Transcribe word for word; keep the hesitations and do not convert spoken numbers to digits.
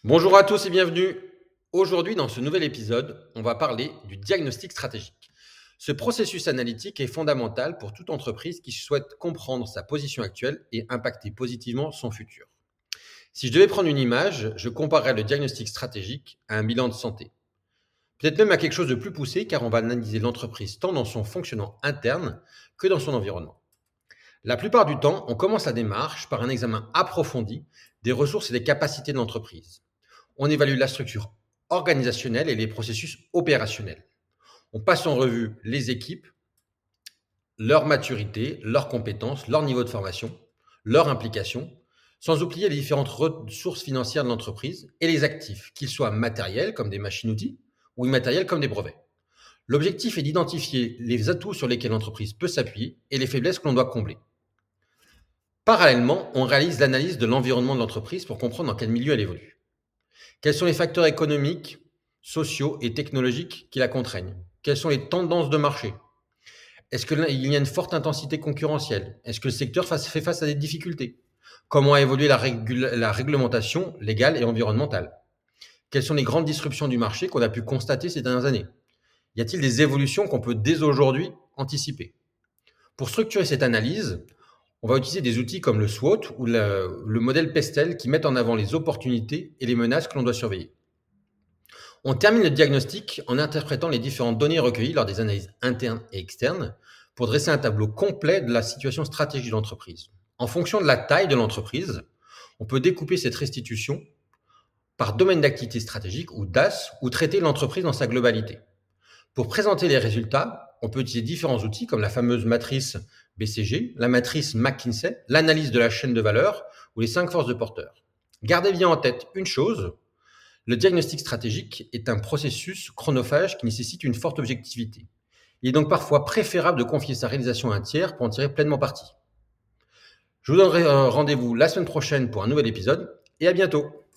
Bonjour à tous et bienvenue. Aujourd'hui, dans ce nouvel épisode, on va parler du diagnostic stratégique. Ce processus analytique est fondamental pour toute entreprise qui souhaite comprendre sa position actuelle et impacter positivement son futur. Si je devais prendre une image, je comparerais le diagnostic stratégique à un bilan de santé. Peut-être même à quelque chose de plus poussé car on va analyser l'entreprise tant dans son fonctionnement interne que dans son environnement. La plupart du temps, on commence la démarche par un examen approfondi des ressources et des capacités de l'entreprise. On évalue la structure organisationnelle et les processus opérationnels. On passe en revue les équipes, leur maturité, leurs compétences, leur niveau de formation, leur implication, sans oublier les différentes ressources financières de l'entreprise et les actifs, qu'ils soient matériels comme des machines-outils ou immatériels comme des brevets. L'objectif est d'identifier les atouts sur lesquels l'entreprise peut s'appuyer et les faiblesses que l'on doit combler. Parallèlement, on réalise l'analyse de l'environnement de l'entreprise pour comprendre dans quel milieu elle évolue. Quels sont les facteurs économiques, sociaux et technologiques qui la contraignent? Quelles sont les tendances de marché? Est-ce qu'il y a une forte intensité concurrentielle? Est-ce que le secteur fait face à des difficultés? Comment a évolué la, régul- la réglementation légale et environnementale? Quelles sont les grandes disruptions du marché qu'on a pu constater ces dernières années? Y a-t-il des évolutions qu'on peut dès aujourd'hui anticiper? Pour structurer cette analyse, on va utiliser des outils comme le SWOT ou le, le modèle PESTEL qui mettent en avant les opportunités et les menaces que l'on doit surveiller. On termine le diagnostic en interprétant les différentes données recueillies lors des analyses internes et externes pour dresser un tableau complet de la situation stratégique de l'entreprise. En fonction de la taille de l'entreprise, on peut découper cette restitution par domaine d'activité stratégique ou D A S ou traiter l'entreprise dans sa globalité. Pour présenter les résultats, on peut utiliser différents outils comme la fameuse matrice B C G, la matrice McKinsey, l'analyse de la chaîne de valeur ou les cinq forces de porteurs. Gardez bien en tête une chose, le diagnostic stratégique est un processus chronophage qui nécessite une forte objectivité. Il est donc parfois préférable de confier sa réalisation à un tiers pour en tirer pleinement parti. Je vous donnerai rendez-vous la semaine prochaine pour un nouvel épisode et à bientôt.